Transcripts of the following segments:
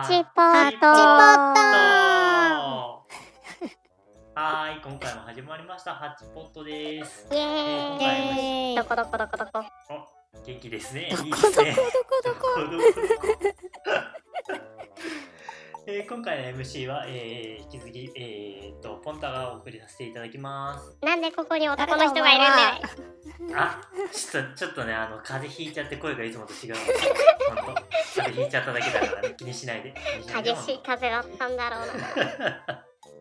チポハチポッはい、今回も始まりましたハチポットです。 イエーイ。 今回もどこお、元気ですね。 どこいいですね。 どこ今回の MC は、引き続き、ポンタがお送りさせていただきます。 なんでここに男の人がいるんだよ。 あ、ちょっとね、風邪ひいちゃって声がいつもと違うんですよ。ほんと風邪ひいちゃっただけだからね、気にしないで。 激しい風だったんだろうな。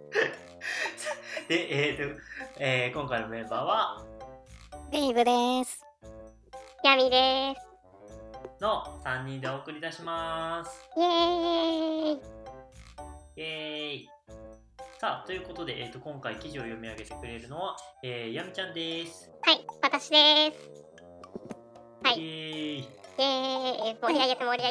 で、今回のメンバーはデイブです。 ヤミです。 の3人でお送りいたします。 イエーイ。 イエーイ。さあ、ということで、今回記事を読み上げてくれるのは、ヤミちゃんです。 はい、私です。はい。 イエーイ。 イエーイ。盛り上げて。はい。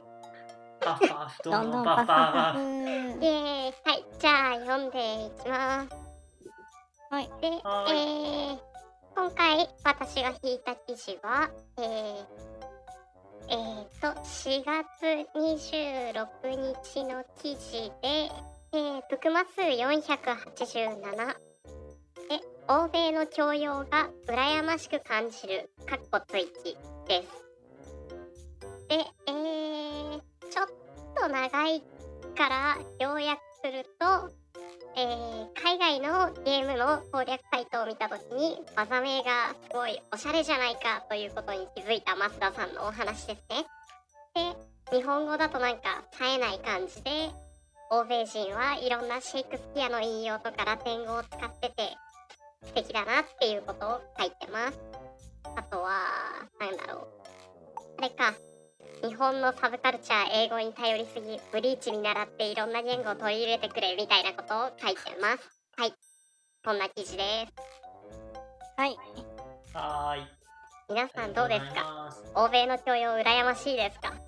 パフパフどんどんパフパフパパフ。 イエーイ。はい、じゃあ読んでいきます。 はい。 で、 は今回私が引いた記事は、4月26日の記事で、ブクマ数487で、欧米の教養が羨ましく感じる（追記）です。で、ちょっと長いから要約すると、海外のゲームの攻略サイトを見たときに技名がすごいおしゃれじゃないかということに気づいた増田さんのお話ですね。で、日本語だとなんか冴えない感じで、欧米人はいろんなシェイクスピアの引用とかラテン語を使ってて素敵だなっていうことを書いてます。あとはなんだろう、あれか、日本のサブカルチャー英語に頼りすぎ、ブリーチに倣っていろんな言語を取り入れてくれみたいなことを書いてます。はい、こんな記事です。 はい。 ーい。 皆さんどうですか？ か？ 欧米の教養羨ましいですか？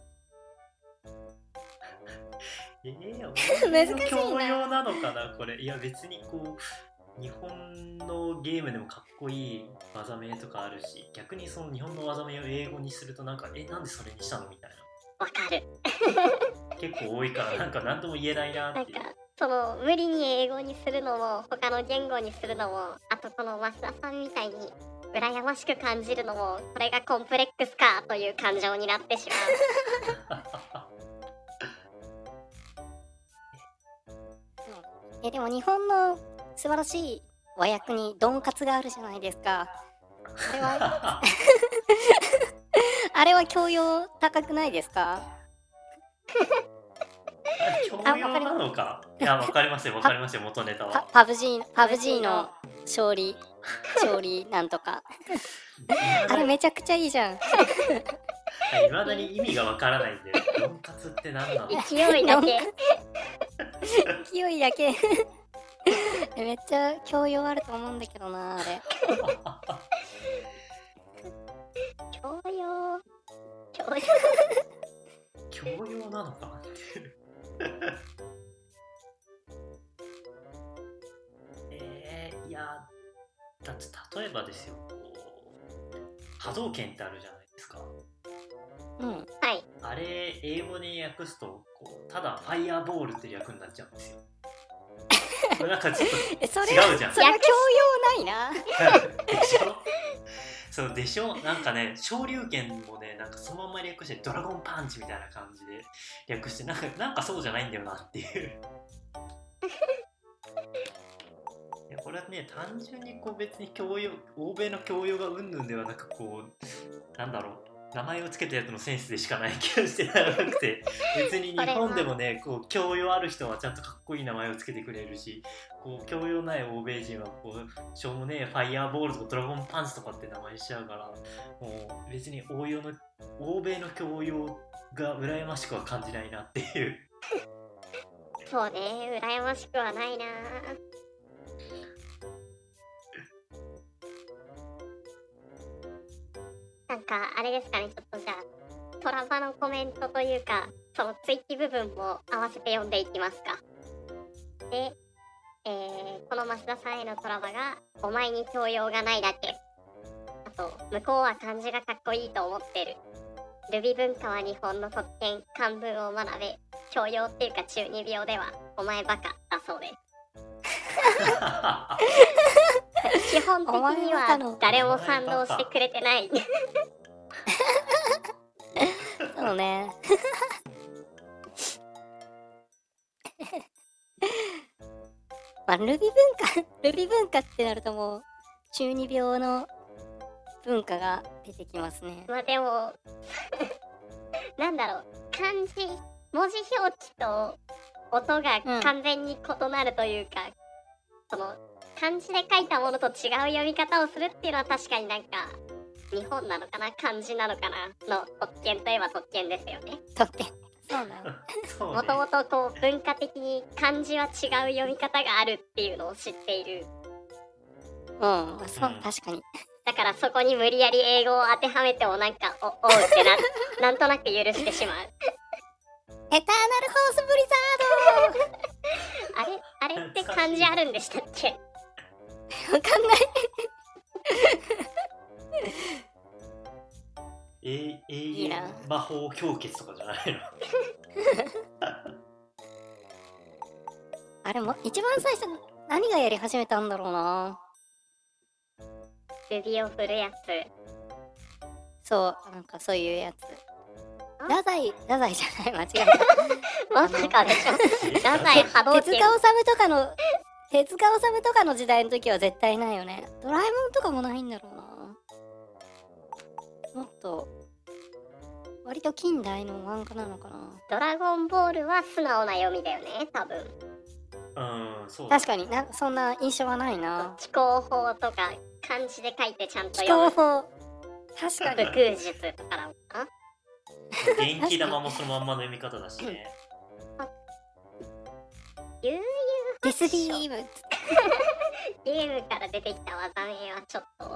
難しいな教養なのかなこれ。いや別にこう日本のゲームでもかっこいい技名とかあるし、逆にその日本の技名を英語にするとなんかなんでそれにしたのみたいわかる。 な結構多いからなんか何とも言えないなっていう。 なんかその無理に英語にするのも他の言語にするのも、あとこの増田さんみたいに羨ましく感じるのも、これがコンプレックスかという感情になってしまう。 でも日本の素晴らしい和訳にドンカツがあるじゃないですか。あれは教養高くないですか？ 教養なのか。いやわかりますよ元ネタは。 パブ G の勝利なんとかあれめちゃくちゃいいじゃん。 いまだに意味がわからないんで、ドンカツって何なの？ 勢いだけ勢いだけめっちゃ教養あると思うんだけどな、あれ。 教養なのかいやだって例えばですよ、波動拳ってあるじゃないですか。 うん。 はい。 あれ英語に訳すとただファイヤーボールって略になっちゃうんですよ。これなんかちょっと違うじゃん。 それは教養ないな。 でしょ？そうでしょ。なんかね、昇竜拳もね、なんかそのまま略してドラゴンパンチみたいな感じで略して、なんかそうじゃないんだよなっていう。いやこれはね、単純にこう別に欧米の教養がうんぬんではなく、こうなんだろう、名前をつけたやつのセンスでしかない気がしてなくて、別に日本でもね、こう教養ある人はちゃんとかっこいい名前をつけてくれるし、こう教養ない欧米人はこうしょうもねえファイヤーボールとかドラゴンパンチとかって名前にしちゃうから、もう別に欧米の教養が羨ましくは感じないなっていう。 そうね、羨ましくはないな。なんかあれですかね、ちょっとじゃあトラバのコメントというか、その追記部分も合わせて読んでいきますか。で、この増田さんへのトラバがお前に教養がないだけ、あと向こうは漢字がかっこいいと思ってる、ルビ文化は日本の特権、漢文を学べ、 教養っていうか中二病ではお前バカだそうです。基本的には誰も賛同してくれてない。 そうね。まあ、ルビ文化ってなるともう中二病の文化が出てきますね。 まあでもなんだろう、漢字文字表記と音が完全に異なるというか、その漢字で書いたものと違う読み方をするっていうのは確かになんか日本なのかな漢字なのかなの特権といえば特権ですよね。 特権。そうなの。 もともとこう文化的に漢字は違う読み方があるっていうのを知っている。 確かに。 だからそこに無理やり英語を当てはめてもなんかおうってなんとなく許してしまう。 エターナルホースブリザードあれって漢字あるんでしたっけ？ わかんない。 永遠魔法氷結とかじゃないの？ あれも一番最初何がやり始めたんだろうな。 指を振るやつ。 そう、なんかそういうやつ。太宰じゃない、間違えた。 まさかでしょ。太宰波動拳。 手塚治虫とかの時代の時は絶対ないよね。ドラえもんとかもないんだろうな。もっと割と近代の漫画なのかな。 ドラゴンボールは素直な読みだよね、多分。 そう。 確かにそんな印象はないな。 気候法とか漢字で書いてちゃんと気読む。 候法。確かに。 武空術とかなのかな。 元気玉もそのまんまの読み方だしね。 悠々 ディスビーム。 ゲームから出てきた技名はちょっと。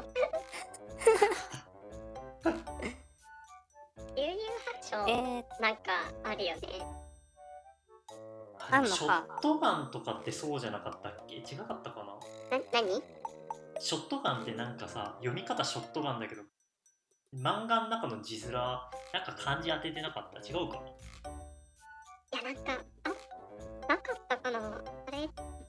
悠々発祥、なんかあるよね。 あんのか。 ショットガンとかってそうじゃなかったっけ？違かったかな。 何？ ショットガンってなんかさ、読み方ショットガンだけど漫画の中の字面なんか漢字当ててなかった？違うかな。 いやなんかなかったかな。あれ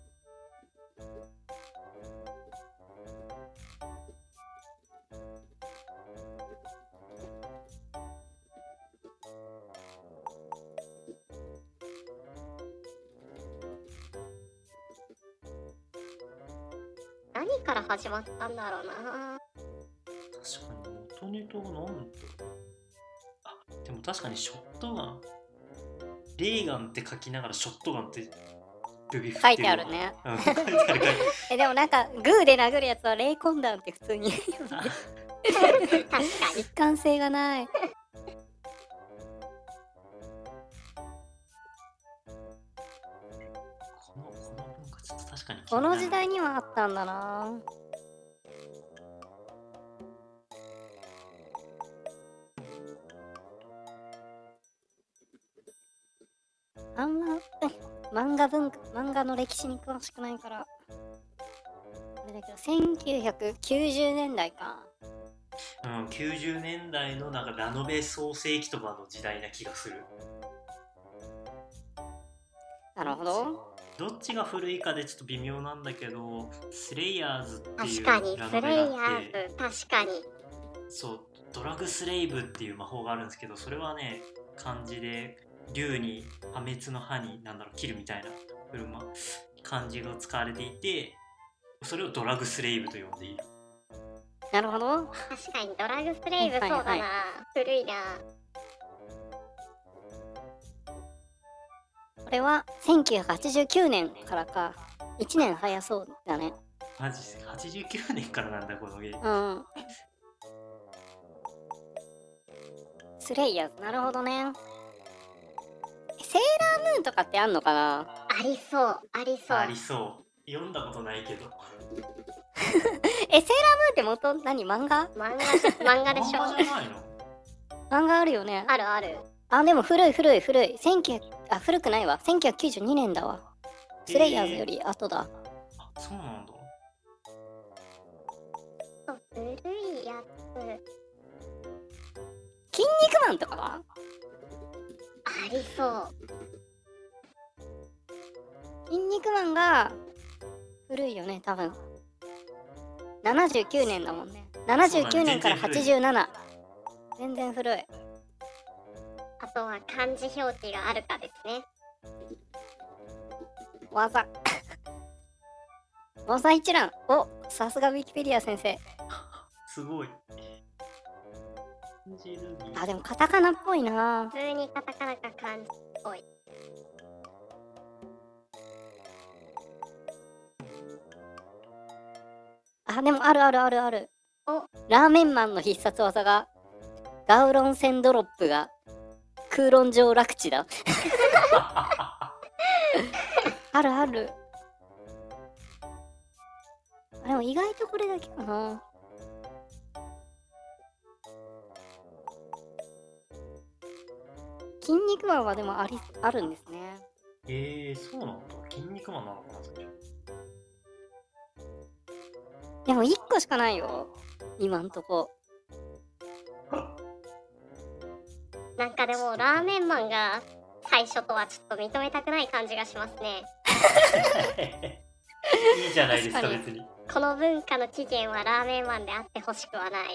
何から始まったんだろうな。 確かに元ネタがなんだ。でも確かにショットガン、レーガンって書きながらショットガンって首振ってる。 書いてあるね。 書いてある。 でもなんかグーで殴るやつはレイコンダンって普通に確かに一貫性がない。 この文化ちょっと確かにこの時代にはあったんだな。あんま漫画の歴史に詳しくないからあれだけど、1990年代か。 90年代のなんかラノベ創世期とかの時代な気がする。 なるほど。 どっちが古いかでちょっと微妙なんだけど、スレイヤーズっていう確かにラスレイヤノベがあって、 ーズ、確かにそうドラグスレイブっていう魔法があるんですけど、それはね漢字で竜に破滅の歯に切るみたいな漢字が使われていて、それをドラグスレイブと呼んでいる。 なるほど。 確かにドラグスレイブ、そうだな、 はい古いな。 これは1989年からか。1年早そうだね。 マジで89年からなんだこのゲーム。 スレイヤーズ、なるほどね。セーラームーンとかってあんのかな。 ありそうありそう。 ありそう。読んだことないけど。 セーラームーンって元何？漫画漫画でしょ。 漫画じゃないの？ 漫画あるよね。 あるある。 あ、でも古い。古くないわ。1992年だわ。スレイヤーズより後だ。 あ、そうなんだ。 古いやつ。 筋肉マンとかは？ ありそう。 筋肉マンが古いよね、多分。79年だもんね。79年から87。全然古い。 あとは漢字表記があるかですね。 技。技一覧。お、さすがウィキペディア先生。 すごい。ジルギあ、でもカタカナっぽいな。 普通にカタカナか漢字っぽい。 あ、でもあるあるあるある。 お、 ラーメンマンの必殺技が、ガウロン線ドロップが空論上楽地だ。あるある。あ、でも意外とこれだけかな。筋肉マンはでもあるんですね。 そうなんだ。筋肉マンなのかな、それ。 でも1個しかないよ、今んとこ。 なんかでもラーメンマンが最初とはちょっと認めたくない感じがしますね。 いいじゃないですか、 確かに別に。 この文化の起源はラーメンマンであってほしくはない。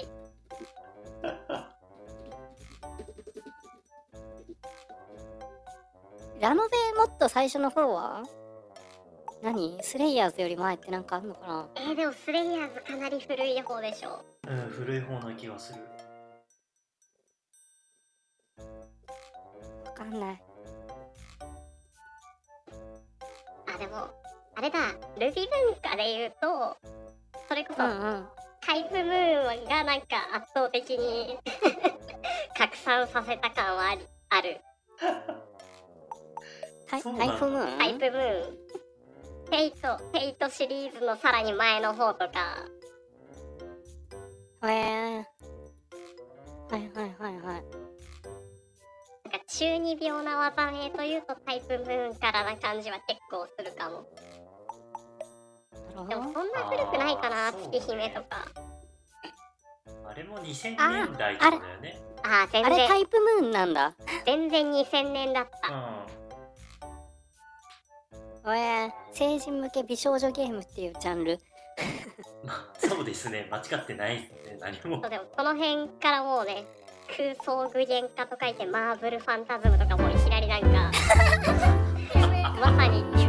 ラノベもっと最初の方は何？スレイヤーズより前ってなんかあんのかな？ でもスレイヤーズかなり古い方でしょ。 うん、古い方な気がする。 わかんない。 あ、でもあれだ、ルビ文化で言うとそれこそ、タイプムーンがなんか圧倒的に拡散させた感はある。 タイプムタイーンプムーン、フェイトシリーズのさらに前の方とか。 はいはいはいはい。 なんか中二病な技名というとタイプムーンからな感じは結構するかも。でもそんな古くないかな、月姫とか。 あれも2000年代とかだよね。 あれ全然タイプムーンなんだ。 全然2000年だった。 成人向け美少女ゲームっていうジャンル。 そうですね、間違ってないですね、何も。 でもこの辺からもうね、空想具現化と書いてマーブルファンタズムとかもいきなりなんかまさに